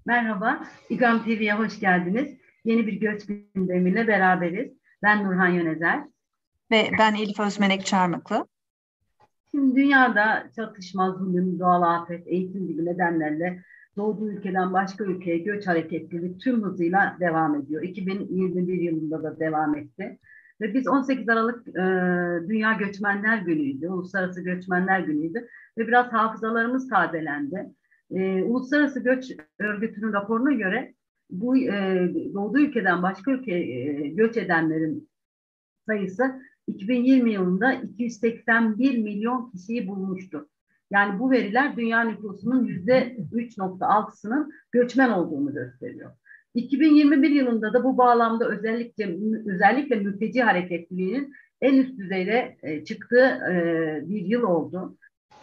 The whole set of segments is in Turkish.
Merhaba, İGAM TV'ye hoş geldiniz. Yeni bir göç gündemiyle beraberiz. Ben Nurhan Yönezer. Ve ben Elif Özmenek Çarmıklı. Şimdi dünyada çatışma, zulüm, doğal afet, eğitim gibi nedenlerle doğduğu ülkeden başka ülkeye göç hareketliliği tüm hızıyla devam ediyor. 2021 yılında da devam etti. Ve biz 18 Aralık Dünya Göçmenler Günü'ydü, Uluslararası Göçmenler Günü'ydü. Ve biraz hafızalarımız tazelendi. Uluslararası Göç Örgütü'nün raporuna göre bu doğduğu ülkeden başka ülkeye göç edenlerin sayısı 2020 yılında 281 milyon kişiyi bulmuştu. Yani bu veriler dünya nüfusunun %3,6'sının göçmen olduğunu gösteriyor. 2021 yılında da bu bağlamda özellikle mülteci hareketliliğinin en üst düzeyde çıktığı bir yıl oldu.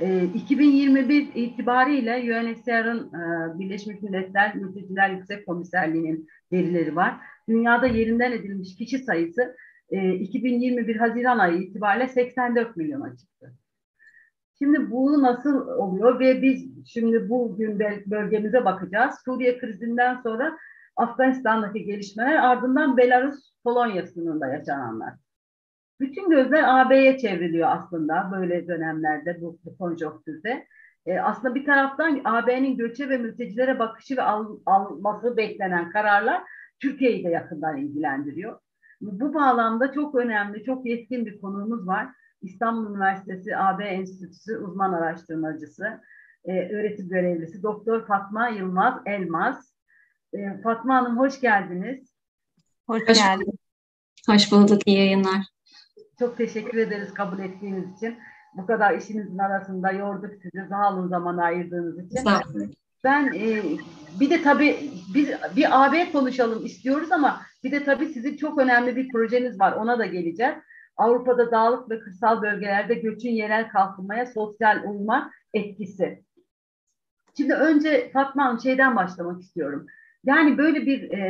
2021 itibariyle UNHCR'ın Birleşmiş Milletler Mülteciler Yüksek Komiserliği'nin verileri var. Dünyada yerinden edilmiş kişi sayısı 2021 Haziran ayı itibariyle 84 milyona çıktı. Şimdi bu nasıl oluyor ve biz şimdi bugün bölgemize bakacağız. Suriye krizinden sonra Afganistan'daki gelişmeler, ardından Belarus-Polonya sınırında yaşananlar. Bütün gözler AB'ye çevriliyor aslında böyle dönemlerde, bu konjonktürde. Aslında bir taraftan AB'nin göçe ve mültecilere bakışı ve alması beklenen kararlar Türkiye'yi de yakından ilgilendiriyor. Bu bağlamda çok önemli, çok yetkin bir konuğumuz var. İstanbul Üniversitesi AB Enstitüsü uzman araştırmacısı, öğretim görevlisi Doktor Fatma Yılmaz Elmas. Fatma Hanım hoş geldiniz. Hoş Hoş, geldin. hoş bulduk, iyi yayınlar. Çok teşekkür ederiz kabul ettiğiniz için. Bu kadar işinizin arasında yorduk sizi. Sağ olun zaman ayırdığınız için. Sağ olun. Ben bir de tabii bir AB konuşalım istiyoruz ama bir de tabii sizin çok önemli bir projeniz var. Ona da geleceğiz. Avrupa'da dağlık ve kırsal bölgelerde göçün yerel kalkınmaya sosyal uyuma etkisi. Şimdi önce Fatma Hanım şeyden başlamak istiyorum. Yani böyle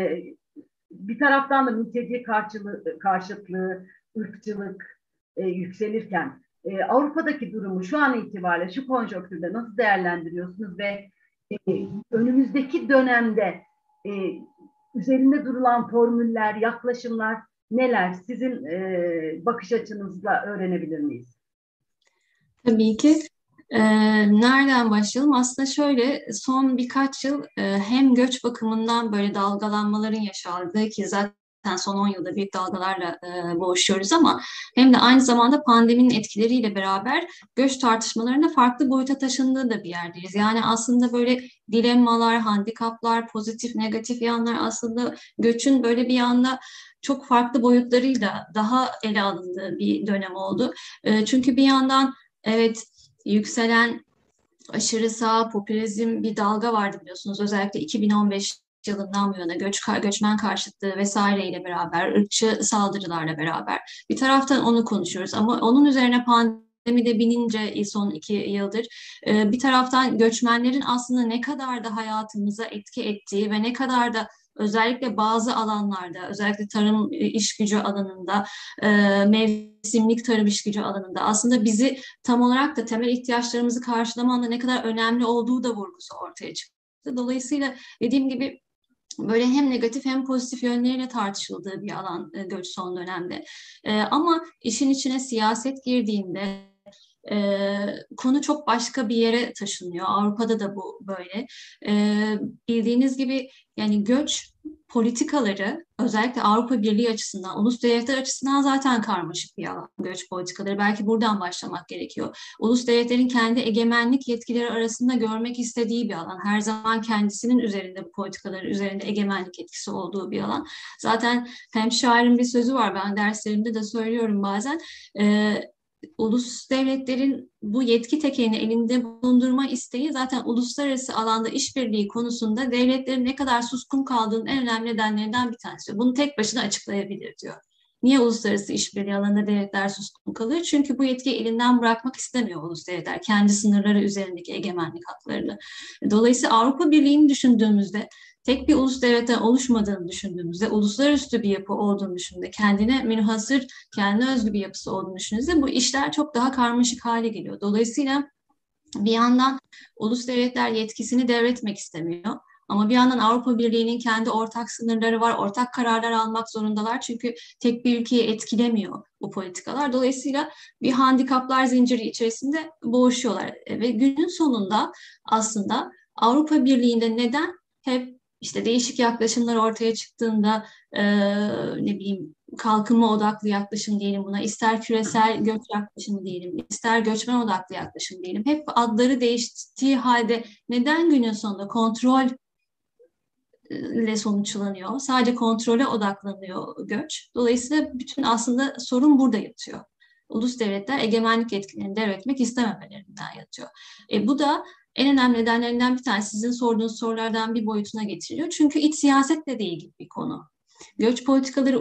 bir taraftan da mülteci karşıtlığı, ırkçılık yükselirken Avrupa'daki durumu şu an itibariyle şu konjonktürde nasıl değerlendiriyorsunuz ve önümüzdeki dönemde e, üzerinde durulan formüller, yaklaşımlar neler? Sizin bakış açınızla öğrenebilir miyiz? Tabii ki. Nereden başlayalım? Aslında şöyle, son birkaç yıl hem göç bakımından böyle dalgalanmaların yaşandığı ki zaten son 10 yılda büyük dalgalarla boğuşuyoruz ama hem de aynı zamanda pandeminin etkileriyle beraber göç tartışmalarında farklı boyuta taşındığı da bir yerdeyiz. Yani aslında böyle dilemmalar, handikaplar, pozitif, negatif yanlar aslında göçün böyle bir anda çok farklı boyutlarıyla daha ele alındığı bir dönem oldu. Çünkü bir yandan evet, yükselen aşırı sağ popülizm bir dalga vardı biliyorsunuz. Özellikle 2015 yılından bu yana göçmen karşıtlığı vesaireyle beraber, ırkçı saldırılarla beraber. Bir taraftan onu konuşuyoruz ama onun üzerine pandemi de binince son 2 yıldır bir taraftan göçmenlerin aslında ne kadar da hayatımıza etki ettiği ve ne kadar da özellikle bazı alanlarda, özellikle tarım iş gücü alanında, mevsimlik tarım iş gücü alanında aslında bizi tam olarak da temel ihtiyaçlarımızı karşılamanın ne kadar önemli olduğu da vurgusu ortaya çıktı. Dolayısıyla dediğim gibi böyle hem negatif hem pozitif yönleriyle tartışıldığı bir alan göç son dönemde. Ama işin içine siyaset girdiğinde konu çok başka bir yere taşınıyor. Avrupa'da da bu böyle. Bildiğiniz gibi yani göç politikaları özellikle Avrupa Birliği açısından, ulus devletler açısından zaten karmaşık bir alan göç politikaları. Belki buradan başlamak gerekiyor. Ulus devletlerin kendi egemenlik yetkileri arasında görmek istediği bir alan. Her zaman kendisinin üzerinde bu politikaların üzerinde egemenlik etkisi olduğu bir alan. Zaten Hampshire'ın bir sözü var. Ben derslerimde de söylüyorum bazen. Ulus devletlerin bu yetki tekelini elinde bulundurma isteği zaten uluslararası alanda işbirliği konusunda devletlerin ne kadar suskun kaldığının en önemli nedenlerinden bir tanesi. Bunu tek başına açıklayabilir diyor. Niye uluslararası işbirliği alanında devletler suskun kalıyor? Çünkü bu yetkiyi elinden bırakmak istemiyor ulus devletler. Kendi sınırları üzerindeki egemenlik haklarını. Dolayısıyla Avrupa Birliği'ni düşündüğümüzde tek bir ulus devletten oluşmadığını düşündüğümüzde, uluslararası bir yapı olduğunu düşündüğümüzde, kendine münhasır, kendine özgü bir yapısı olduğunu düşündüğümüzde bu işler çok daha karmaşık hale geliyor. Dolayısıyla bir yandan ulus devletler yetkisini devretmek istemiyor. Ama bir yandan Avrupa Birliği'nin kendi ortak sınırları var, ortak kararlar almak zorundalar. Çünkü tek bir ülkeyi etkilemiyor bu politikalar. Dolayısıyla bir handikaplar zinciri içerisinde boğuşuyorlar. Ve günün sonunda aslında Avrupa Birliği'nde neden hep işte değişik yaklaşımlar ortaya çıktığında ne bileyim kalkınma odaklı yaklaşım diyelim buna, ister küresel göç yaklaşımı diyelim, ister göçmen odaklı yaklaşım diyelim. Hep adları değiştiği halde neden günün sonunda kontrol ile sonuçlanıyor? Sadece kontrole odaklanıyor göç. Dolayısıyla bütün aslında sorun burada yatıyor. Ulus devletler egemenlik yetkilerini devretmek istememelerinden yatıyor. Bu da en önemli nedenlerinden bir tanesi sizin sorduğunuz sorulardan bir boyutuna getiriyor. Çünkü iç siyasetle de ilgili bir konu. Göç politikaları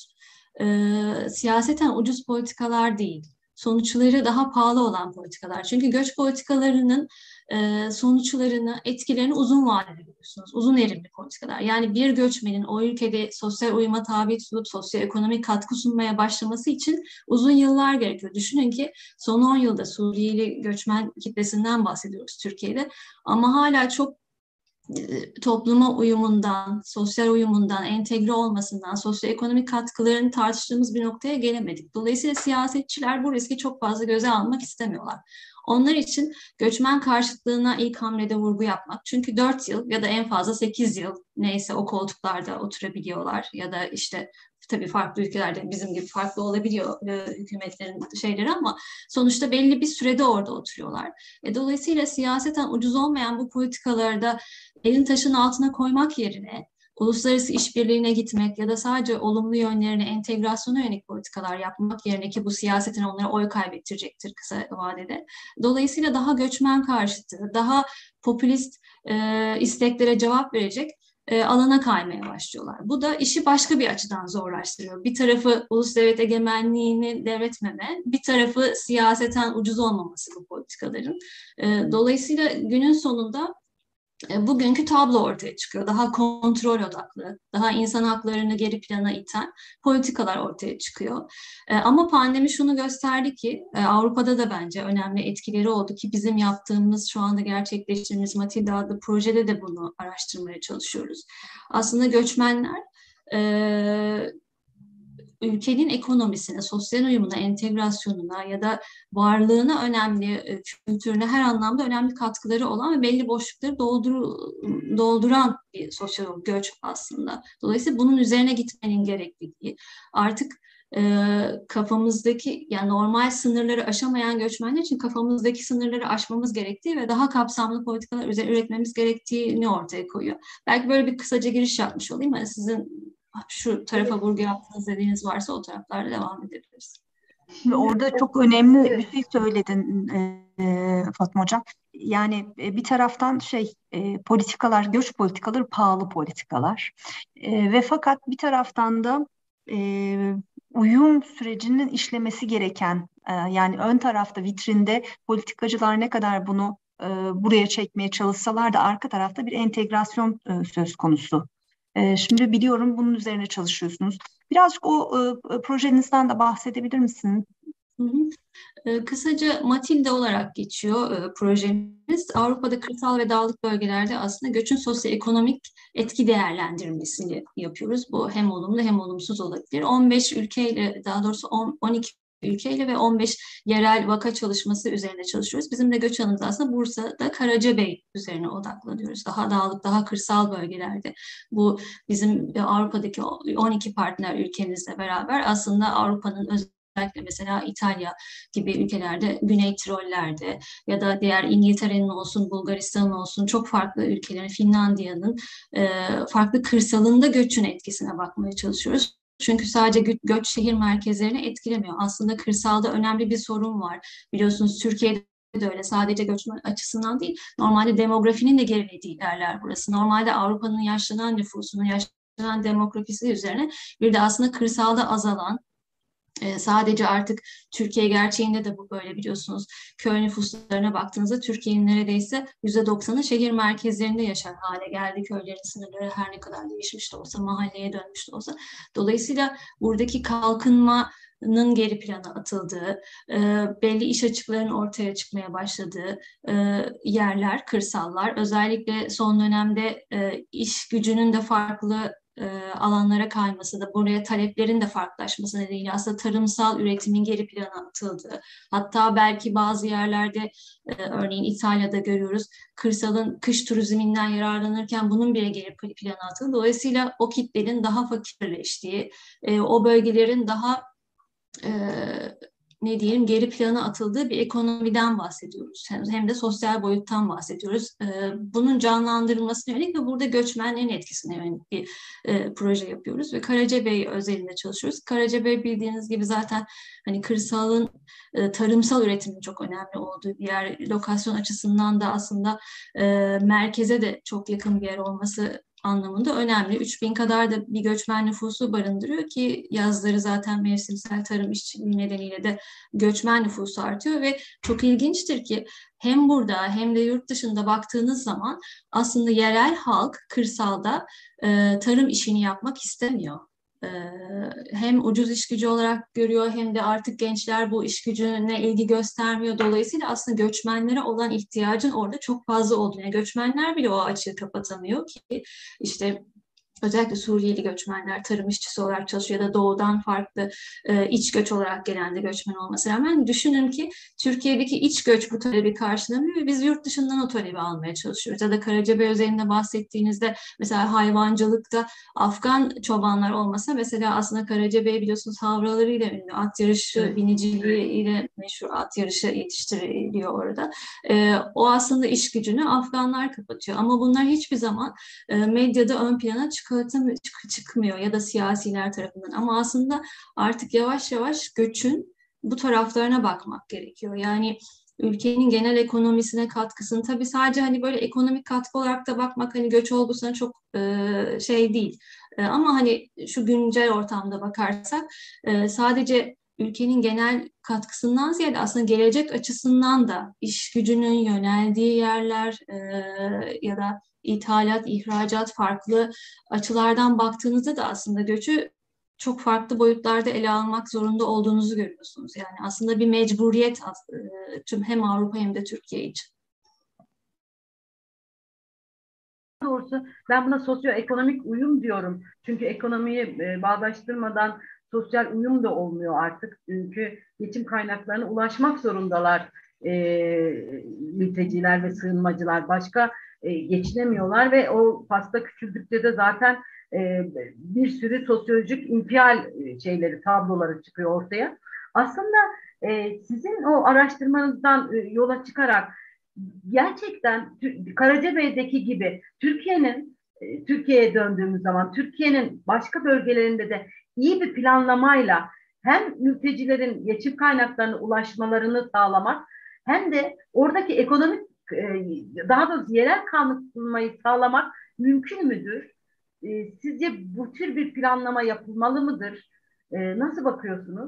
siyaseten ucuz politikalar değil. Sonuçları daha pahalı olan politikalar. Çünkü göç politikalarının sonuçlarını, etkilerini uzun vadede görüyorsunuz. Uzun erimli politikalar. Yani bir göçmenin o ülkede sosyal uyuma tabi tutulup sosyoekonomik katkı sunmaya başlaması için uzun yıllar gerekiyor. Düşünün ki son 10 yılda Suriyeli göçmen kitlesinden bahsediyoruz Türkiye'de. Ama hala çok topluma uyumundan, sosyal uyumundan, entegre olmasından, sosyoekonomik katkılarını tartıştığımız bir noktaya gelemedik. Dolayısıyla siyasetçiler bu riski çok fazla göze almak istemiyorlar. Onlar için göçmen karşıtlığına ilk hamlede vurgu yapmak. Çünkü 4 yıl ya da en fazla 8 yıl neyse o koltuklarda oturabiliyorlar ya da işte tabii farklı ülkelerde bizim gibi farklı olabiliyor hükümetlerin şeyleri ama sonuçta belli bir sürede orada oturuyorlar. Dolayısıyla siyaseten ucuz olmayan bu politikalarda elin taşın altına koymak yerine uluslararası işbirliğine gitmek ya da sadece olumlu yönlerine, entegrasyona yönelik politikalar yapmak yerine ki bu siyasetin onlara oy kaybettirecektir kısa vadede. Dolayısıyla daha göçmen karşıtı, daha popülist isteklere cevap verecek alana kaymaya başlıyorlar. Bu da işi başka bir açıdan zorlaştırıyor. Bir tarafı ulus devlet egemenliğini devretmeme, bir tarafı siyaseten ucuz olmaması bu politikaların. Dolayısıyla günün sonunda bugünkü tablo ortaya çıkıyor. Daha kontrol odaklı, daha insan haklarını geri plana iten politikalar ortaya çıkıyor. Ama pandemi şunu gösterdi ki Avrupa'da da bence önemli etkileri oldu ki bizim yaptığımız şu anda gerçekleştirdiğimiz Matilda adlı projede de bunu araştırmaya çalışıyoruz. Aslında göçmenler ülkenin ekonomisine, sosyal uyumuna, entegrasyonuna ya da varlığına önemli, kültürüne her anlamda önemli katkıları olan ve belli boşlukları dolduran bir sosyal göç aslında. Dolayısıyla bunun üzerine gitmenin gerekliliği artık kafamızdaki yani normal sınırları aşamayan göçmenler için kafamızdaki sınırları aşmamız gerektiği ve daha kapsamlı politikalar üzerine üretmemiz gerektiğini ortaya koyuyor. Belki böyle bir kısaca giriş yapmış olayım. Yani sizin şu tarafa vurgu yaptığınız dediğiniz varsa o taraflarda devam edebiliriz. Şimdi orada çok önemli bir şey söyledin Fatma Hocam. Yani bir taraftan politikalar, göç politikaları pahalı politikalar. Ve fakat bir taraftan da uyum sürecinin işlemesi gereken yani ön tarafta vitrinde politikacılar ne kadar bunu buraya çekmeye çalışsalar da arka tarafta bir entegrasyon söz konusu. Şimdi biliyorum bunun üzerine çalışıyorsunuz. Birazcık o projenizden de bahsedebilir misiniz? Hı hı. Kısaca Matilda olarak geçiyor projemiz. Avrupa'da kırsal ve dağlık bölgelerde aslında göçün sosyoekonomik etki değerlendirmesini yapıyoruz. Bu hem olumlu hem olumsuz olabilir. 15 ülkeyle, daha doğrusu 12 ülkeyle ve 15 yerel vaka çalışması üzerine çalışıyoruz. Bizim de göç alanımız aslında Bursa'da Karacabey üzerine odaklanıyoruz. Daha dağlık, daha kırsal bölgelerde. Bu bizim Avrupa'daki 12 partner ülkemizle beraber aslında Avrupa'nın özellikle mesela İtalya gibi ülkelerde, Güney Tiroller'de ya da diğer İngiltere'nin olsun, Bulgaristan'ın olsun çok farklı ülkelerin, Finlandiya'nın farklı kırsalında göçün etkisine bakmaya çalışıyoruz. Çünkü sadece göç şehir merkezlerini etkilemiyor. Aslında kırsalda önemli bir sorun var. Biliyorsunuz Türkiye'de de öyle sadece göçmen açısından değil, normalde demografinin de gerilediği yerler burası. Normalde Avrupa'nın yaşlanan nüfusunun, yaşlanan demografisi üzerine bir de aslında kırsalda azalan, sadece artık Türkiye gerçeğinde de bu böyle biliyorsunuz. Köy nüfuslarına baktığınızda Türkiye'nin neredeyse %90'ı şehir merkezlerinde yaşar hale geldi. Köylerin sınırları her ne kadar değişmiş de olsa, mahalleye dönmüş de olsa. Dolayısıyla buradaki kalkınma geri plana atıldığı, belli iş açıklarının ortaya çıkmaya başladığı yerler, kırsallar. Özellikle son dönemde iş gücünün de farklı alanlara kayması da buraya taleplerin de farklılaşması nedeniyle aslında tarımsal üretimin geri plana atıldığı, hatta belki bazı yerlerde örneğin İtalya'da görüyoruz kırsalın kış turizminden yararlanırken bunun bile geri plana atıldığı. Dolayısıyla o kitlenin daha fakirleştiği, o bölgelerin daha e, ne diyelim geri plana atıldığı bir ekonomiden bahsediyoruz. Hem de sosyal boyuttan bahsediyoruz. Bunun canlandırılmasına yönelik ve burada göçmenlerin etkisine yönelik bir proje yapıyoruz ve Karacabey özelinde çalışıyoruz. Karacabey bildiğiniz gibi zaten hani kırsalın tarımsal üretimin çok önemli olduğu bir yer. Lokasyon açısından da aslında merkeze de çok yakın bir yer olması anlamında önemli. 3000 kadar da bir göçmen nüfusu barındırıyor ki yazları zaten mevsimsel tarım işçiliği nedeniyle de göçmen nüfusu artıyor ve çok ilginçtir ki hem burada hem de yurt dışında baktığınız zaman aslında yerel halk kırsalda tarım işini yapmak istemiyor. Hem ucuz iş gücü olarak görüyor hem de artık gençler bu iş gücüne ilgi göstermiyor. Dolayısıyla aslında göçmenlere olan ihtiyacın orada çok fazla olduğunu, yani göçmenler bile o açığı kapatamıyor ki işte özellikle Suriyeli göçmenler tarım işçisi olarak çalışıyor ya da doğudan farklı iç göç olarak gelen de göçmen olması rağmen düşünün ki Türkiye'deki iç göç bu talebi karşılamıyor ve biz yurt dışından o talebi almaya çalışıyoruz. Ya da Karacabey özelinde bahsettiğinizde mesela hayvancılıkta Afgan çobanlar olmasa mesela aslında Karacabey biliyorsunuz havralarıyla ünlü, at yarışı biniciliğiyle meşhur at yarışı yetiştiriliyor orada. O aslında iş gücünü Afganlar kapatıyor ama bunlar hiçbir zaman medyada ön plana çıkmıyor ya da siyasiler tarafından. Ama aslında artık yavaş yavaş göçün bu taraflarına bakmak gerekiyor. Yani ülkenin genel ekonomisine katkısını tabii sadece hani böyle ekonomik katkı olarak da bakmak hani göç olgusuna çok şey değil. Ama hani şu güncel ortamda bakarsak sadece ülkenin genel katkısından ziyade aslında gelecek açısından da iş gücünün yöneldiği yerler ya da ithalat, ihracat farklı açılardan baktığınızda da aslında göçü çok farklı boyutlarda ele almak zorunda olduğunuzu görüyorsunuz. Yani aslında bir mecburiyet tüm hem Avrupa hem de Türkiye için. Doğrusu ben buna sosyoekonomik uyum diyorum. Çünkü ekonomiyi bağdaştırmadan sosyal uyum da olmuyor artık. Çünkü geçim kaynaklarına ulaşmak zorundalar mülteciler ve sığınmacılar. Başka geçinemiyorlar ve o pasta küçüldükçe de zaten bir sürü sosyolojik infial şeyleri, tabloları çıkıyor ortaya. Aslında sizin o araştırmanızdan yola çıkarak gerçekten Karacabey'deki gibi Türkiye'ye döndüğümüz zaman Türkiye'nin başka bölgelerinde de iyi bir planlamayla hem mültecilerin geçim kaynaklarına ulaşmalarını sağlamak hem de oradaki ekonomik daha doğrusu yerel kalkınmayı sağlamak mümkün müdür? Sizce bu tür bir planlama yapılmalı mıdır? Nasıl bakıyorsunuz?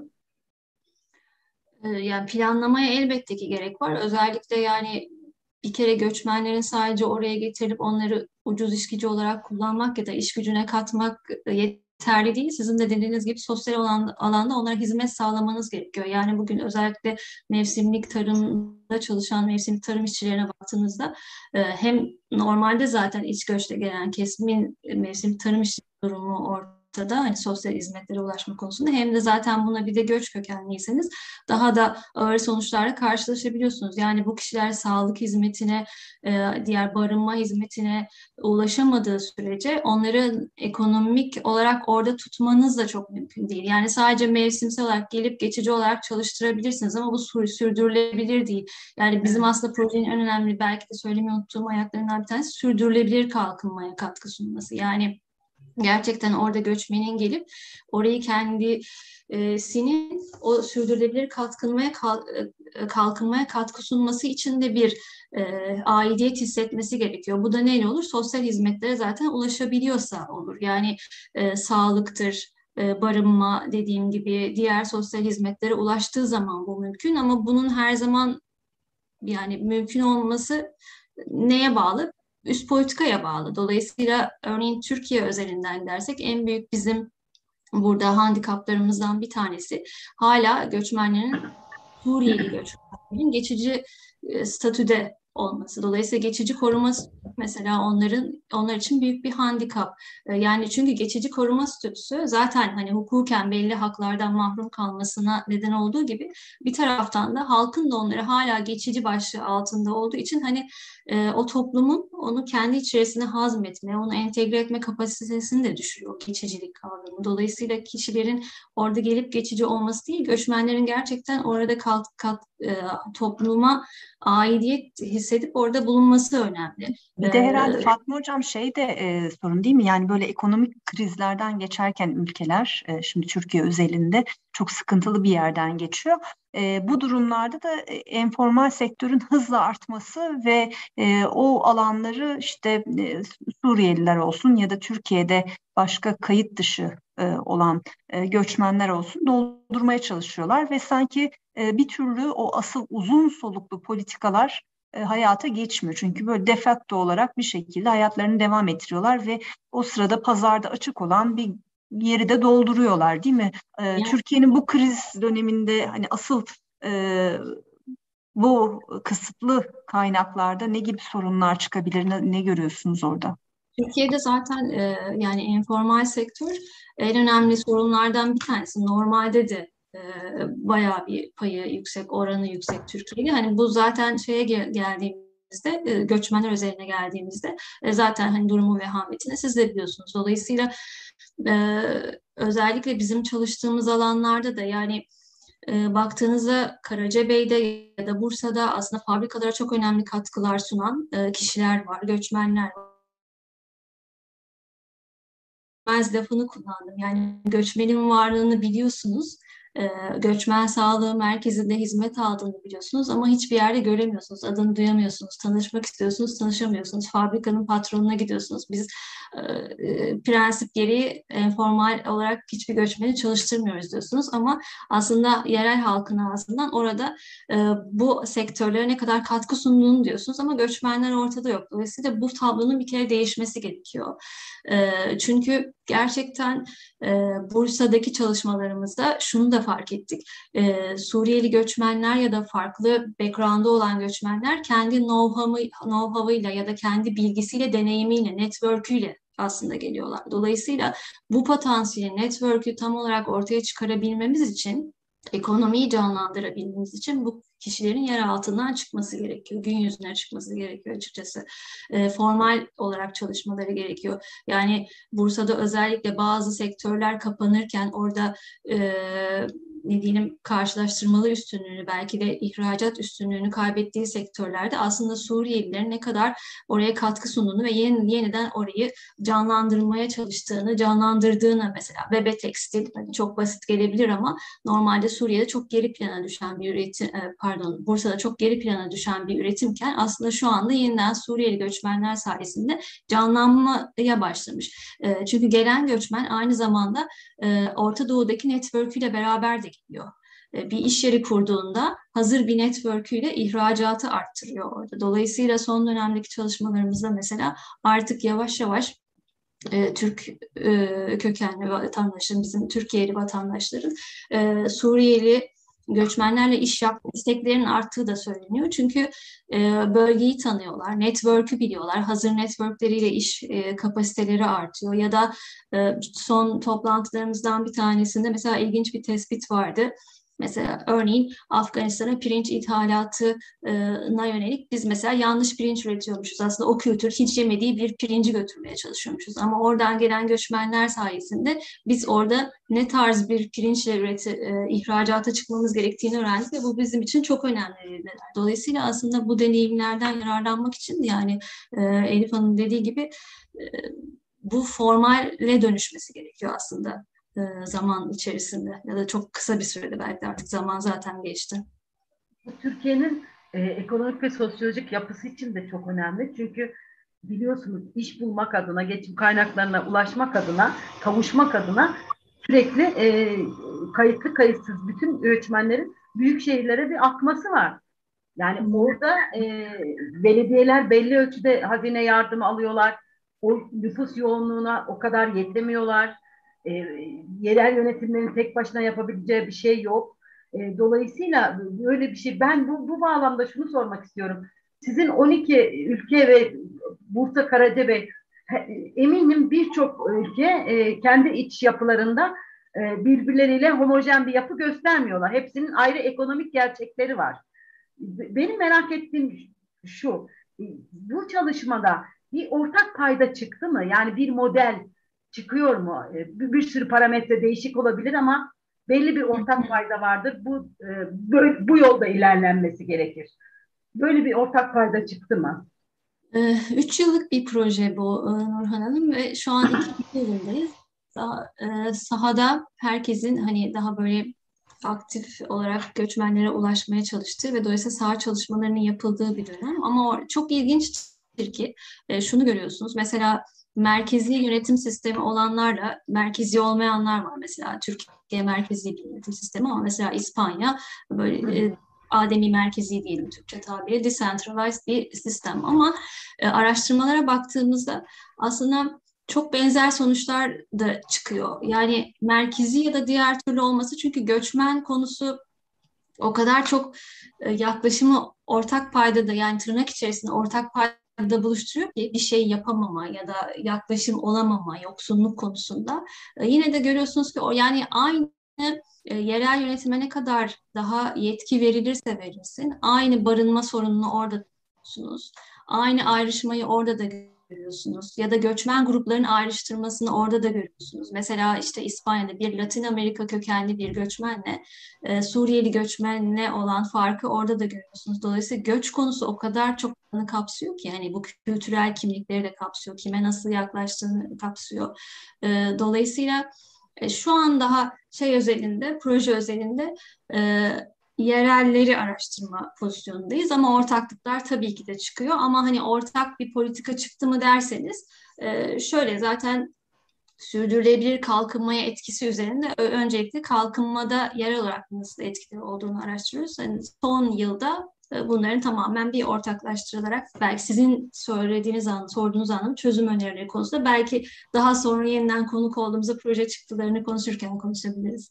Yani planlamaya elbette ki gerek var. Özellikle yani bir kere göçmenlerin sadece oraya getirip onları ucuz iş gücü olarak kullanmak ya da iş gücüne katmak yeterli değil. Sizin de dediğiniz gibi sosyal alanda onlara hizmet sağlamanız gerekiyor. Yani bugün özellikle mevsimlik tarımda çalışan mevsimlik tarım işçilerine baktığınızda hem normalde zaten iç göçle gelen kesimin mevsimlik tarım işçi durumu ortada hani sosyal hizmetlere ulaşma konusunda hem de zaten buna bir de göç kökenliyseniz daha da ağır sonuçlarla karşılaşabiliyorsunuz. Yani bu kişiler sağlık hizmetine, diğer barınma hizmetine ulaşamadığı sürece onları ekonomik olarak orada tutmanız da çok mümkün değil. Yani sadece mevsimsel olarak gelip geçici olarak çalıştırabilirsiniz ama bu sürdürülebilir değil. Yani bizim aslında projenin en önemli belki de söylemeyi unuttuğum ayaklarından bir tanesi sürdürülebilir kalkınmaya katkı sunması. Yani gerçekten orada göçmenin gelip orayı kendisinin o sürdürülebilir kalkınmaya katkı sunması için de bir aidiyet hissetmesi gerekiyor. Bu da neyle olur? Sosyal hizmetlere zaten ulaşabiliyorsa olur. Yani sağlıktır, barınma dediğim gibi diğer sosyal hizmetlere ulaştığı zaman bu mümkün ama bunun her zaman yani mümkün olması neye bağlı? Üst politikaya bağlı. Dolayısıyla örneğin Türkiye özelinden dersek en büyük bizim burada handikaplarımızdan bir tanesi hala göçmenlerin, Suriyeli göçmenlerin geçici statüde olması. Dolayısıyla geçici koruma mesela onlar için büyük bir handikap. Yani çünkü geçici koruma statüsü zaten hani hukuken belli haklardan mahrum kalmasına neden olduğu gibi bir taraftan da halkın da onları hala geçici başlığı altında olduğu için hani o toplumun onu kendi içerisine hazmetme, onu entegre etme kapasitesini de düşürüyor geçicilik kavramı. Dolayısıyla kişilerin orada gelip geçici olması değil, göçmenlerin gerçekten orada topluma aidiyet hissedip orada bulunması önemli. Bir de herhalde Fatma Hocam şey de sorun değil mi? Yani böyle ekonomik krizlerden geçerken ülkeler, şimdi Türkiye özelinde çok sıkıntılı bir yerden geçiyor. Bu durumlarda da informal sektörün hızla artması ve o alanları işte Suriyeliler olsun ya da Türkiye'de başka kayıt dışı olan göçmenler olsun doldurmaya çalışıyorlar ve sanki bir türlü o asıl uzun soluklu politikalar hayata geçmiyor. Çünkü böyle de facto olarak bir şekilde hayatlarını devam ettiriyorlar ve o sırada pazarda açık olan bir yeri de dolduruyorlar, değil mi? yani Türkiye'nin bu kriz döneminde hani asıl bu kısıtlı kaynaklarda ne gibi sorunlar çıkabilir, ne görüyorsunuz orada? Türkiye'de zaten yani informal sektör en önemli sorunlardan bir tanesi. Normalde de bayağı bir payı yüksek, oranı yüksek Türkiye'de. Hani bu zaten geldiğimizde, göçmenler özeline geldiğimizde zaten hani durumu vehametini siz de biliyorsunuz. Dolayısıyla e, özellikle bizim çalıştığımız alanlarda da yani baktığınızda Karacabey'de ya da Bursa'da aslında fabrikalara çok önemli katkılar sunan kişiler var, göçmenler var. Göçmez lafını kullandım. Yani göçmenin varlığını biliyorsunuz. Göçmen sağlığı merkezinde hizmet aldığını biliyorsunuz ama hiçbir yerde göremiyorsunuz. Adını duyamıyorsunuz. Tanışmak istiyorsunuz, tanışamıyorsunuz. Fabrikanın patronuna gidiyorsunuz. Biz prensip gereği informal olarak hiçbir göçmeni çalıştırmıyoruz diyorsunuz ama aslında yerel halkın ağzından orada bu sektörlere ne kadar katkı sunduğunu diyorsunuz ama göçmenler ortada yok. Dolayısıyla bu tablonun bir kere değişmesi gerekiyor. Çünkü gerçekten Bursa'daki çalışmalarımızda şunu da fark ettik. Suriyeli göçmenler ya da farklı background'u olan göçmenler kendi know-how'ıyla ya da kendi bilgisiyle, deneyimiyle, network'üyle aslında geliyorlar. Dolayısıyla bu potansiyeli, network'ü tam olarak ortaya çıkarabilmemiz için, ekonomiyi canlandırabilmemiz için bu kişilerin yer altından çıkması gerekiyor. Gün yüzüne çıkması gerekiyor açıkçası. Formal olarak çalışmaları gerekiyor. Yani Bursa'da özellikle bazı sektörler kapanırken orada ne diyelim karşılaştırmalı üstünlüğünü belki de ihracat üstünlüğünü kaybettiği sektörlerde aslında Suriyelilerin ne kadar oraya katkı sunduğunu ve yeniden orayı canlandırmaya çalıştığını, canlandırdığını mesela bebe tekstil hani çok basit gelebilir ama normalde Suriye'de çok geri plana düşen bir üretim, Bursa'da çok geri plana düşen bir üretimken aslında şu anda yeniden Suriyeli göçmenler sayesinde canlanmaya başlamış. Çünkü gelen göçmen aynı zamanda Orta Doğu'daki network'üyle beraber de geliyor. Bir iş yeri kurduğunda hazır bir network'üyle ihracatı arttırıyor orada. Dolayısıyla son dönemdeki çalışmalarımızda mesela artık yavaş yavaş Türk kökenli vatandaşların, bizim Türkiye'li vatandaşların Suriyeli göçmenlerle iş yapma isteklerinin arttığı da söyleniyor. Çünkü bölgeyi tanıyorlar, network'ü biliyorlar, hazır networkleriyle iş kapasiteleri artıyor. Ya da son toplantılarımızdan bir tanesinde mesela ilginç bir tespit vardı. Mesela örneğin Afganistan'a pirinç ithalatına yönelik biz mesela yanlış pirinç üretiyormuşuz. Aslında o kültür hiç yemediği bir pirinci götürmeye çalışıyormuşuz. Ama oradan gelen göçmenler sayesinde biz orada ne tarz bir pirinçle ihracata çıkmamız gerektiğini öğrendik ve bu bizim için çok önemli veriler. Dolayısıyla aslında bu deneyimlerden yararlanmak için yani Elif Hanım dediği gibi e, bu formale dönüşmesi gerekiyor aslında zaman içerisinde ya da çok kısa bir sürede belki de artık zaman zaten geçti. Türkiye'nin ekonomik ve sosyolojik yapısı için de çok önemli. Çünkü biliyorsunuz iş bulmak adına, geçim kaynaklarına ulaşmak adına, kavuşmak adına sürekli kayıtlı kayıtsız bütün göçmenlerin büyük şehirlere bir akması var. Yani orada belediyeler belli ölçüde hazine yardımı alıyorlar. O nüfus yoğunluğuna o kadar yetemiyorlar. Yerel yönetimlerin tek başına yapabileceği bir şey yok. Dolayısıyla böyle bir şey. Ben bu bağlamda şunu sormak istiyorum. Sizin 12 ülke ve Bursa Karacabey, eminim birçok ülke kendi iç yapılarında birbirleriyle homojen bir yapı göstermiyorlar. Hepsinin ayrı ekonomik gerçekleri var. Benim merak ettiğim şu, bu çalışmada bir ortak payda çıktı mı? Yani bir model çıkıyor mu? Bir sürü parametre değişik olabilir ama belli bir ortak payda vardır. Bu yolda ilerlenmesi gerekir. Böyle bir ortak payda çıktı mı? 3 yıllık bir proje bu Nurhan Hanım ve şu an 2. yılındayız. Sahada herkesin hani daha böyle aktif olarak göçmenlere ulaşmaya çalıştığı ve dolayısıyla saha çalışmalarının yapıldığı bir dönem. Ama çok ilginçtir ki şunu görüyorsunuz. Mesela merkezi yönetim sistemi olanlarla merkezi olmayanlar var. Mesela Türkiye merkezi bir yönetim sistemi ama mesela İspanya böyle ademi merkezi diyelim Türkçe tabiri, decentralized bir sistem. Ama araştırmalara baktığımızda aslında çok benzer sonuçlar da çıkıyor. Yani merkezi ya da diğer türlü olması, çünkü göçmen konusu o kadar çok yaklaşımı ortak paydada, yani tırnak içerisinde ortak paydada buluşturuyor ki bir şey yapamama ya da yaklaşım olamama, yoksunluk konusunda. Yine de görüyorsunuz ki o, yani aynı yerel yönetime ne kadar daha yetki verilirse verilsin, aynı barınma sorununu orada görüyorsunuz. Aynı ayrışmayı orada da görüyorsunuz. Ya da göçmen grupların ayrıştırmasını orada da görüyorsunuz. Mesela işte İspanya'da bir Latin Amerika kökenli bir göçmenle Suriyeli göçmenle olan farkı orada da görüyorsunuz. Dolayısıyla göç konusu o kadar çok alanı kapsıyor ki, hani bu kültürel kimlikleri de kapsıyor, kime nasıl yaklaştığını kapsıyor. Dolayısıyla şu an daha özelinde, proje özelinde yerelleri araştırma pozisyonundayız ama ortaklıklar tabii ki de çıkıyor. Ama hani ortak bir politika çıktı mı derseniz, şöyle, zaten sürdürülebilir kalkınmaya etkisi üzerinde öncelikle kalkınmada yerel olarak nasıl etkili olduğunu araştırıyoruz. Yani son yılda bunların tamamen bir ortaklaştırılarak, belki sizin sorduğunuz anlamda çözüm önerileri konusunda belki daha sonra yeniden konuk olduğumuzda proje çıktılarını konuşurken konuşabiliriz.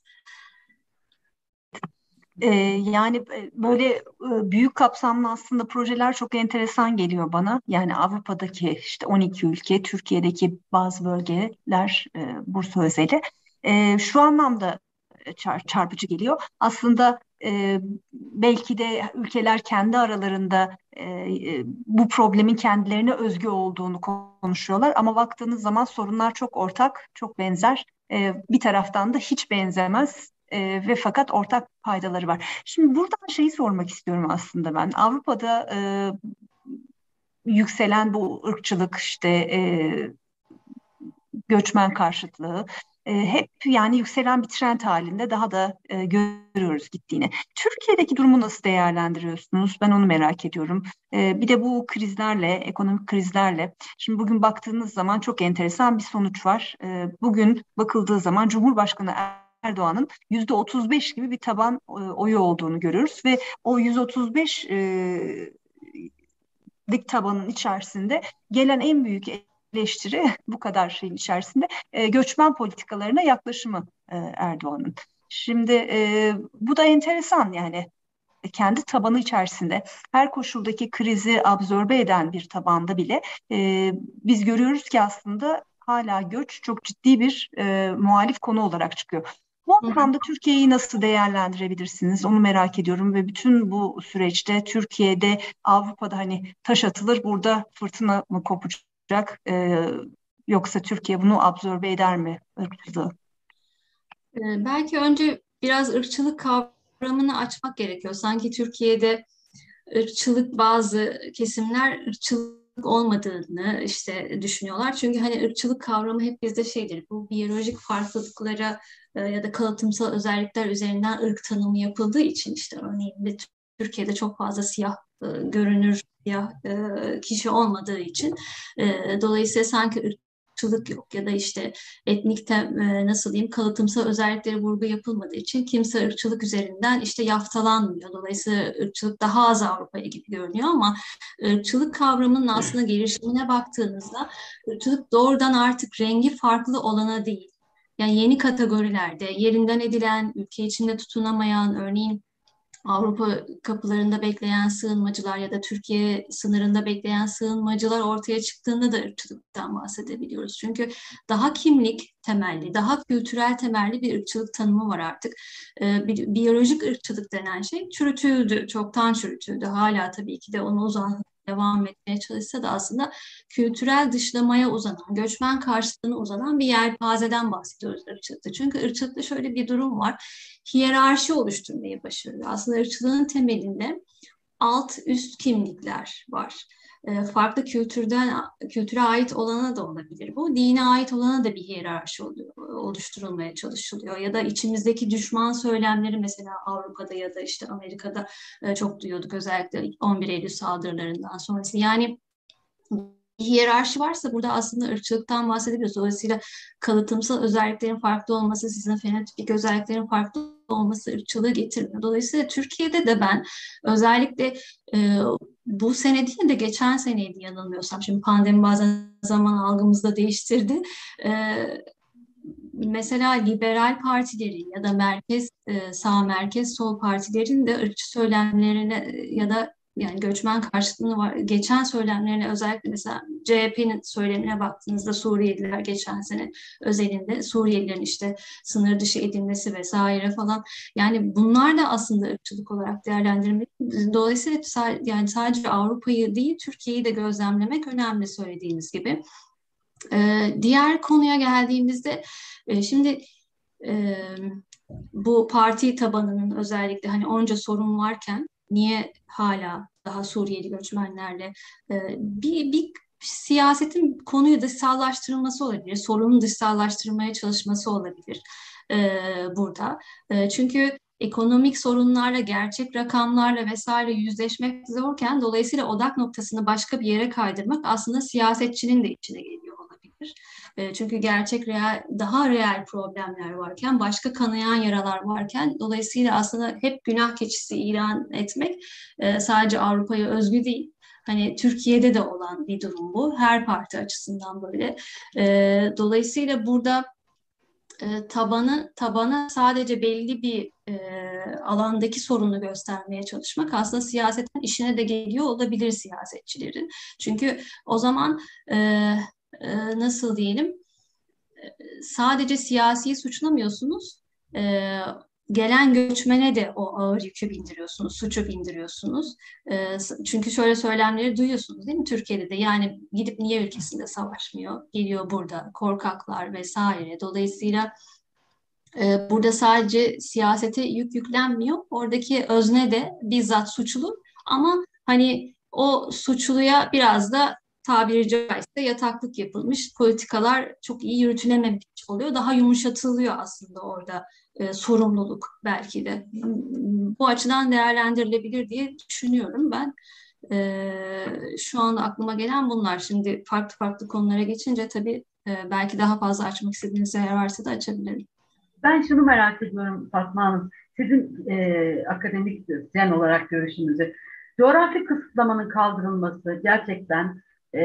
Yani böyle büyük kapsamlı aslında projeler çok enteresan geliyor bana. Yani Avrupa'daki işte 12 ülke, Türkiye'deki bazı bölgeler, Bursa özeli. Şu anlamda çarpıcı geliyor. Aslında belki de ülkeler kendi aralarında bu problemin kendilerine özgü olduğunu konuşuyorlar. Ama baktığınız zaman sorunlar çok ortak, çok benzer. Bir taraftan da hiç benzemez. Ve fakat ortak paydaları var. Şimdi buradan şeyi sormak istiyorum aslında ben. Avrupa'da yükselen bu ırkçılık, işte göçmen karşıtlığı hep yani yükselen bir trend halinde, daha da görüyoruz gittiğini. Türkiye'deki durumu nasıl değerlendiriyorsunuz? Ben onu merak ediyorum. Bir de bu krizlerle, ekonomik krizlerle, şimdi bugün baktığınız zaman çok enteresan bir sonuç var. Bugün bakıldığı zaman Cumhurbaşkanı Erdoğan'ın %35 gibi bir taban oyu olduğunu görüyoruz ve o 135 lik tabanın içerisinde gelen en büyük eleştiri, bu kadar şeyin içerisinde göçmen politikalarına yaklaşımı Erdoğan'ın. Şimdi bu da enteresan, yani kendi tabanı içerisinde her koşuldaki krizi absorbe eden bir tabanda bile biz görüyoruz ki aslında hala göç çok ciddi bir muhalif konu olarak çıkıyor. Bu anlamda Türkiye'yi nasıl değerlendirebilirsiniz? Onu merak ediyorum ve bütün bu süreçte Türkiye'de, Avrupa'da hani taş atılır, burada fırtına mı kopacak? Yoksa Türkiye bunu absorbe eder mi, ırkçılığı? Belki önce biraz ırkçılık kavramını açmak gerekiyor. Sanki Türkiye'de ırkçılık, bazı kesimler ırkçılık olmadığını işte düşünüyorlar. Çünkü hani ırkçılık kavramı hep bizde şeydir. Bu biyolojik farklılıklara ya da kalıtımsal özellikler üzerinden ırk tanımı yapıldığı için, işte örneğin de Türkiye'de çok fazla siyah görünür, siyah kişi olmadığı için dolayısıyla sanki ırkçılık yok ya da işte etnik nasıl diyeyim, kalıtımsal özellikleri vurgu yapılmadığı için kimse ırkçılık üzerinden işte yaftalanmıyor. Dolayısıyla ırkçılık daha az Avrupa'ya gibi görünüyor ama ırkçılık kavramının aslında gelişimine baktığınızda ırkçılık doğrudan artık rengi farklı olana değil, yani yeni kategorilerde yerinden edilen, ülke içinde tutunamayan, örneğin Avrupa kapılarında bekleyen sığınmacılar ya da Türkiye sınırında bekleyen sığınmacılar ortaya çıktığında da ırkçılıktan bahsedebiliyoruz. Çünkü daha kimlik temelli, daha kültürel temelli bir ırkçılık tanımı var artık. Biyolojik ırkçılık denen şey çürütüldü, çoktan çürütüldü. Hala tabii ki de onu devam etmeye çalışsa da aslında kültürel dışlamaya uzanan, göçmen karşıtlığına uzanan bir yelpazeden bahsediyoruz ırkçılıkta. Çünkü ırkçılıkta şöyle bir durum var. Hiyerarşi oluşturmayı başarıyor. Aslında ırkçılığın temelinde alt üst kimlikler var. Farklı kültüre ait olana da olabilir bu. Dine ait olana da bir hiyerarşi oluşturulmaya çalışılıyor. Ya da içimizdeki düşman söylemleri mesela Avrupa'da ya da işte Amerika'da çok duyuyorduk özellikle 11 Eylül saldırılarından sonrası. Yani bir hiyerarşi varsa burada aslında ırkçılıktan bahsedebiliyoruz. Dolayısıyla kalıtımsal özelliklerin farklı olması, sizin fenotipik özelliklerin farklı olması ırkçılığı getirmiyor. Dolayısıyla Türkiye'de de ben özellikle bu sene değil de geçen seneydi yanılmıyorsam. Şimdi pandemi bazen zaman algımızda değiştirdi. Mesela liberal partilerin ya da sağ merkez sol partilerin de ırkçı söylemlerine ya da yani göçmen karşıtlığını var. Geçen söylemlerine özellikle mesela CHP'nin söylemine baktığınızda Suriyeliler geçen sene özelinde Suriyelilerin işte sınır dışı edilmesi vesaire falan. Yani bunlar da aslında ırkçılık olarak değerlendirilmeli. Dolayısıyla yani sadece Avrupa'yı değil Türkiye'yi de gözlemlemek önemli söylediğiniz gibi. Diğer konuya geldiğimizde şimdi bu parti tabanının özellikle hani onca sorun varken niye hala daha Suriyeli göçmenlerle bir siyasetin konuyu dışsallaştırılması olabilir, sorunun dışsallaştırmaya çalışması olabilir burada. Çünkü ekonomik sorunlarla, gerçek rakamlarla vesaire yüzleşmek zorken dolayısıyla odak noktasını başka bir yere kaydırmak aslında siyasetçinin de içine geliyor olabilir. Çünkü daha reel problemler varken, başka kanayan yaralar varken dolayısıyla aslında hep günah keçisi ilan etmek sadece Avrupa'ya özgü değil. Hani Türkiye'de de olan bir durum bu. Her parti açısından böyle. Dolayısıyla burada tabana sadece belli bir alandaki sorunu göstermeye çalışmak aslında siyasetin işine de geliyor olabilir siyasetçilerin. Çünkü o zaman nasıl diyelim sadece siyasiyi suçlamıyorsunuz. Gelen göçmene de o ağır yükü bindiriyorsunuz, suçu bindiriyorsunuz. Çünkü şöyle söylemleri duyuyorsunuz değil mi Türkiye'de de? Yani gidip niye ülkesinde savaşmıyor? Geliyor burada korkaklar vesaire. Dolayısıyla burada sadece siyasete yüklenmiyor. Oradaki özne de bizzat suçlu ama hani o suçluya biraz da tabiri caizse yataklık yapılmış, politikalar çok iyi yürütülememiş oluyor. Daha yumuşatılıyor aslında orada sorumluluk belki de. Bu açıdan değerlendirilebilir diye düşünüyorum ben. Şu anda aklıma gelen bunlar. Şimdi farklı farklı konulara geçince tabii belki daha fazla açmak istediğiniz yer varsa da açabilirim. Ben şunu merak ediyorum Fatma Hanım. Sizin akademik gen olarak görüşünüzü. Coğrafi kısıtlamanın kaldırılması gerçekten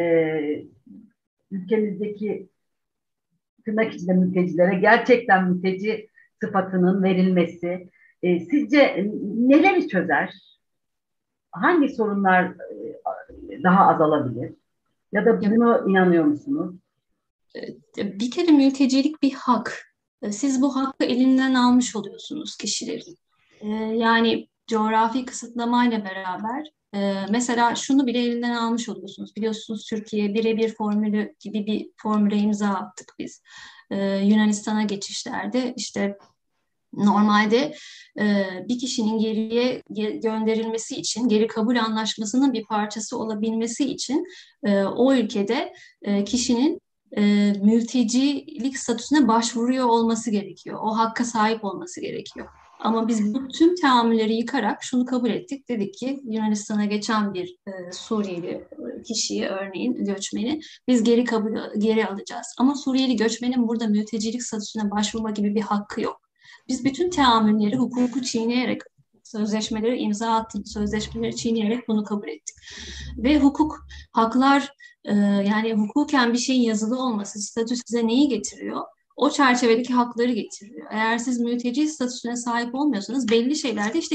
ülkemizdeki tırnak içinde mültecilere gerçekten mülteci sıfatının verilmesi sizce neleri çözer? Hangi sorunlar daha azalabilir? Ya da buna inanıyor musunuz? Bir kere mültecilik bir hak. Siz bu hakkı elinden almış oluyorsunuz kişilerin. Yani coğrafi kısıtlamayla beraber mesela şunu bile elinden almış oluyorsunuz. Biliyorsunuz Türkiye birebir formülü gibi bir formüle imza attık biz. Yunanistan'a geçişlerde işte normalde bir kişinin geriye gönderilmesi için, geri kabul anlaşmasının bir parçası olabilmesi için o ülkede kişinin mültecilik statüsüne başvuruyor olması gerekiyor. O hakka sahip olması gerekiyor. Ama biz bu tüm teamülleri yıkarak şunu kabul ettik. Dedik ki Yunanistan'a geçen bir Suriyeli kişiyi örneğin göçmeni biz geri alacağız. Ama Suriyeli göçmenin burada mültecilik statüsüne başvurma gibi bir hakkı yok. Biz bütün teamülleri, hukuku çiğneyerek, sözleşmeleri imza attık, sözleşmeleri çiğneyerek bunu kabul ettik. Ve haklar yani hukuken bir şeyin yazılı olması, statü size neyi getiriyor? o çerçevedeki hakları getiriyor. Eğer siz mülteci statüsüne sahip olmuyorsanız belli şeylerde işte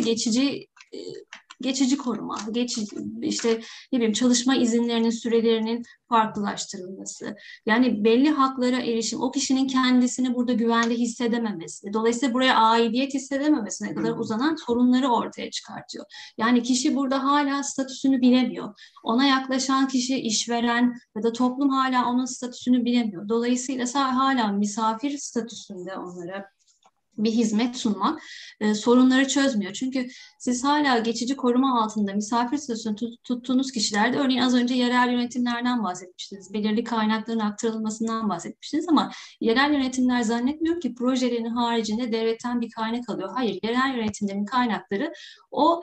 geçici koruma, işte ne bileyim çalışma izinlerinin sürelerinin farklılaştırılması. Yani belli haklara erişim, o kişinin kendisini burada güvende hissedememesi, dolayısıyla buraya aidiyet hissedememesine kadar uzanan sorunları ortaya çıkartıyor. Yani kişi burada hala statüsünü bilemiyor. Ona yaklaşan kişi işveren ya da toplum hala onun statüsünü bilemiyor. Dolayısıyla hala misafir statüsünde onlara bir hizmet sunmak sorunları çözmüyor. Çünkü siz hala geçici koruma altında misafir statüsünü tuttuğunuz kişilerde, örneğin az önce yerel yönetimlerden bahsetmiştiniz. Belirli kaynakların aktarılmasından bahsetmiştiniz ama yerel yönetimler zannetmiyorum ki projelerin haricinde devletten bir kaynak alıyor. Hayır, yerel yönetimlerin kaynakları o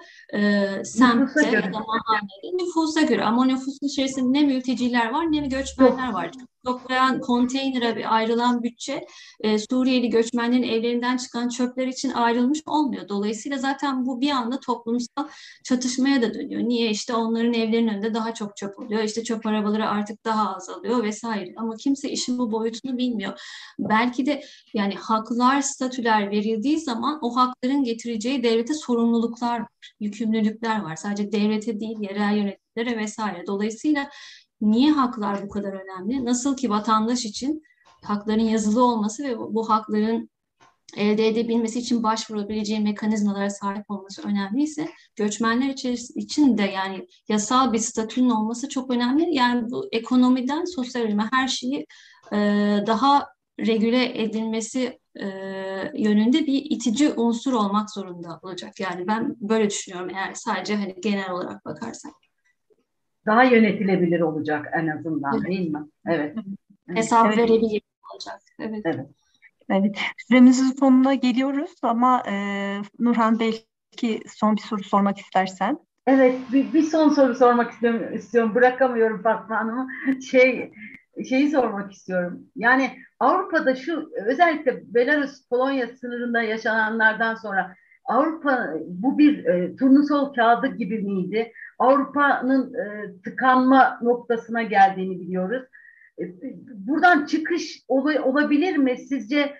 semtte ya da mahallede nüfusa göre, ama nüfusun içerisinde ne mülteciler var ne göçmenler var. Toplayan, konteynere ayrılan bütçe Suriyeli göçmenlerin evlerinden çıkan çöpler için ayrılmış olmuyor. Dolayısıyla zaten bu bir anda toplumsal çatışmaya da dönüyor. Niye? İşte onların evlerinin önünde daha çok çöp oluyor. İşte çöp arabaları artık daha azalıyor vesaire. Ama kimse işin bu boyutunu bilmiyor. Belki de yani haklar, statüler verildiği zaman o hakların getireceği devlete sorumluluklar var, yükümlülükler var. Sadece devlete değil, yerel yönetimlere vesaire. Dolayısıyla niye haklar bu kadar önemli? Nasıl ki vatandaş için hakların yazılı olması ve bu hakların elde edebilmesi için başvurabileceği mekanizmalara sahip olması önemliyse, göçmenler için de yani yasal bir statünün olması çok önemli. Yani bu ekonomiden sosyal ölüme her şeyi daha regüle edilmesi yönünde bir itici unsur olmak zorunda olacak. Yani ben böyle düşünüyorum, eğer sadece hani genel olarak bakarsak. Daha yönetilebilir olacak en azından, değil mi? Evet. Hesap Evet. verebilir olacak. Evet. Evet. Evet, süremizin sonuna geliyoruz ama Nurhan, belki son bir soru sormak istersen. Evet, bir son soru sormak istiyorum. Bırakamıyorum Fatma Hanım'ı. Şeyi sormak istiyorum. Yani Avrupa'da özellikle Belarus-Polonya sınırında yaşananlardan sonra Avrupa bu bir turnusol kağıdı gibi miydi? Avrupa'nın tıkanma noktasına geldiğini biliyoruz. Buradan çıkış olabilir mi? Sizce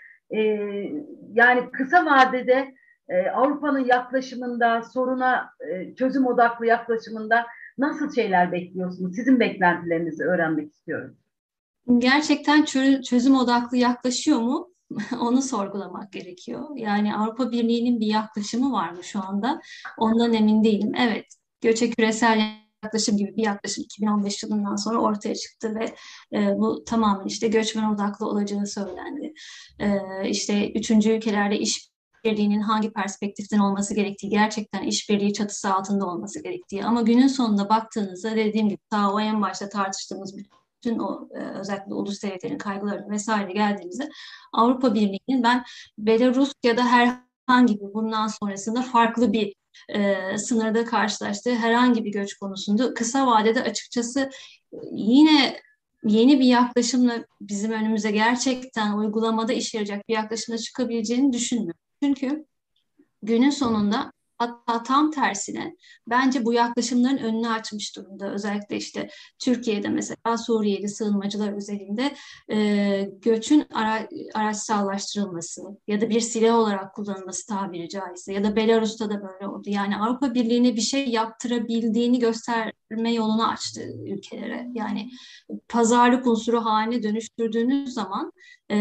yani kısa vadede Avrupa'nın yaklaşımında, soruna çözüm odaklı yaklaşımında nasıl şeyler bekliyorsunuz? Sizin beklentilerinizi öğrenmek istiyorum. Gerçekten çözüm odaklı yaklaşıyor mu? Onu sorgulamak gerekiyor. Yani Avrupa Birliği'nin bir yaklaşımı var mı şu anda? Ondan emin değilim. Evet, göçe küresel yaklaşım gibi bir yaklaşım 2015 yılından sonra ortaya çıktı ve bu tamamen işte göçmen odaklı olacağı söylendi. İşte üçüncü ülkelerle işbirliğinin hangi perspektiften olması gerektiği, gerçekten işbirliği çatısı altında olması gerektiği. Ama günün sonunda baktığınızda, dediğim gibi o en başta tartıştığımız bütün o özellikle ulus devletlerin kaygılarına vesaire geldiğimizde, Avrupa Birliği'nin ben Belarus ya da herhangi bir bundan sonrasında farklı bir sınırda karşılaştığı herhangi bir göç konusunda kısa vadede açıkçası yine yeni bir yaklaşımla bizim önümüze gerçekten uygulamada işe yarayacak bir yaklaşımla çıkabileceğini düşünmüyorum. Çünkü günün sonunda, hatta tam tersine, bence bu yaklaşımların önünü açmış durumda. Özellikle işte Türkiye'de mesela Suriyeli sığınmacılar özelinde göçün araçsallaştırılması ya da bir silah olarak kullanılması tabiri caizse, ya da Belarus'ta da böyle oldu. Yani Avrupa Birliği'ne bir şey yaptırabildiğini gösterme yolunu açtı ülkelere. Yani pazarlık unsuru haline dönüştürdüğünüz zaman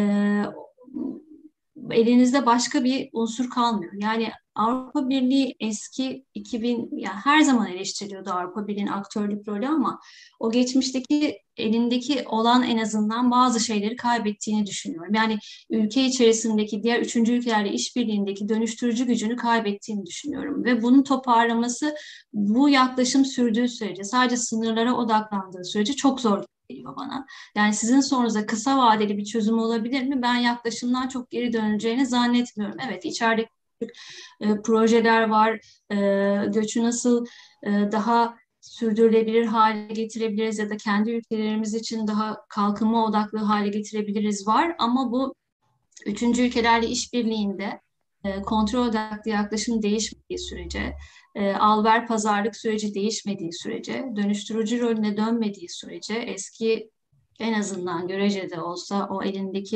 elinizde başka bir unsur kalmıyor. Yani Avrupa Birliği eski 2000, yani her zaman eleştiriliyordu Avrupa Birliği'nin aktörlük rolü, ama o geçmişteki elindeki olan en azından bazı şeyleri kaybettiğini düşünüyorum. Yani ülke içerisindeki diğer üçüncü ülkelerle işbirliğindeki dönüştürücü gücünü kaybettiğini düşünüyorum. Ve bunun toparlaması bu yaklaşım sürdüğü sürece, sadece sınırlara odaklandığı sürece çok zor geliyor bana. Yani sizin sorunuzda kısa vadeli bir çözüm olabilir mi? Ben yaklaşımdan çok geri döneceğini zannetmiyorum. Evet, içeride projeler var. Göçü nasıl daha sürdürülebilir hale getirebiliriz ya da kendi ülkelerimiz için daha kalkınma odaklı hale getirebiliriz var. Ama bu üçüncü ülkelerle işbirliğinde kontrol odaklı yaklaşım değişmediği sürece, al-ver pazarlık süreci değişmediği sürece, dönüştürücü rolüne dönmediği sürece, eski en azından görecede olsa o elindeki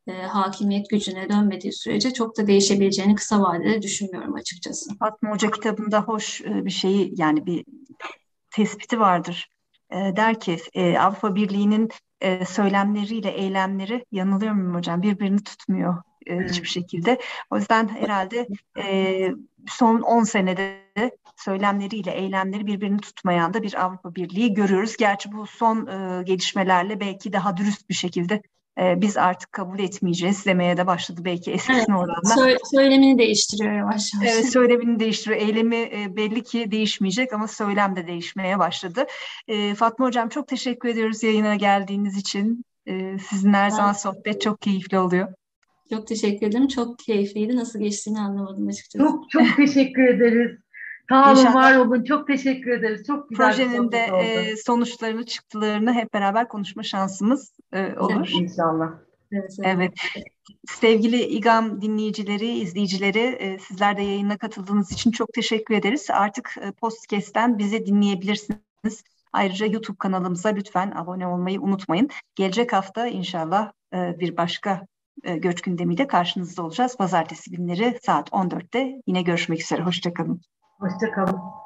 hakimiyet gücüne dönmediği sürece çok da değişebileceğini kısa vadede düşünmüyorum açıkçası. Fatma Hoca kitabında hoş bir şeyi, yani bir tespiti vardır. Der ki Avrupa Birliği'nin söylemleriyle eylemleri, yanılıyor muyum hocam, birbirini tutmuyor hiçbir şekilde. O yüzden herhalde son 10 senede söylemleriyle eylemleri birbirini tutmayan da bir Avrupa Birliği görüyoruz. Gerçi bu son gelişmelerle belki daha dürüst bir şekilde biz artık kabul etmeyeceğiz demeye de başladı belki Evet, eskisine oranla. söylemini değiştiriyor yavaş yavaş. Evet, söylemini değiştiriyor. Eylemi belli ki değişmeyecek ama söylem de değişmeye başladı. Fatma Hocam, çok teşekkür ediyoruz yayına geldiğiniz için. Sizinle her zaman Ben sohbet çok keyifli oluyor. çok teşekkür ederim. Çok keyifliydi. Nasıl geçtiğini anlamadım açıkçası. Çok çok teşekkür ederiz. Sağ olun, var İnşallah olun. Çok teşekkür ederiz. Çok güzel bir projenin de sohbet oldu. sonuçlarını, çıktılarını hep beraber konuşma şansımız olur. İnşallah. Evet, Evet. Sevgili İGAM dinleyicileri, izleyicileri, sizler de yayına katıldığınız için çok teşekkür ederiz. Artık podcast'ten bizi dinleyebilirsiniz. Ayrıca YouTube kanalımıza lütfen abone olmayı unutmayın. Gelecek hafta inşallah bir başka göç gündemiyle karşınızda olacağız. Pazartesi günleri saat 14'te yine görüşmek üzere. Hoşça kalın. Hoşça kalın.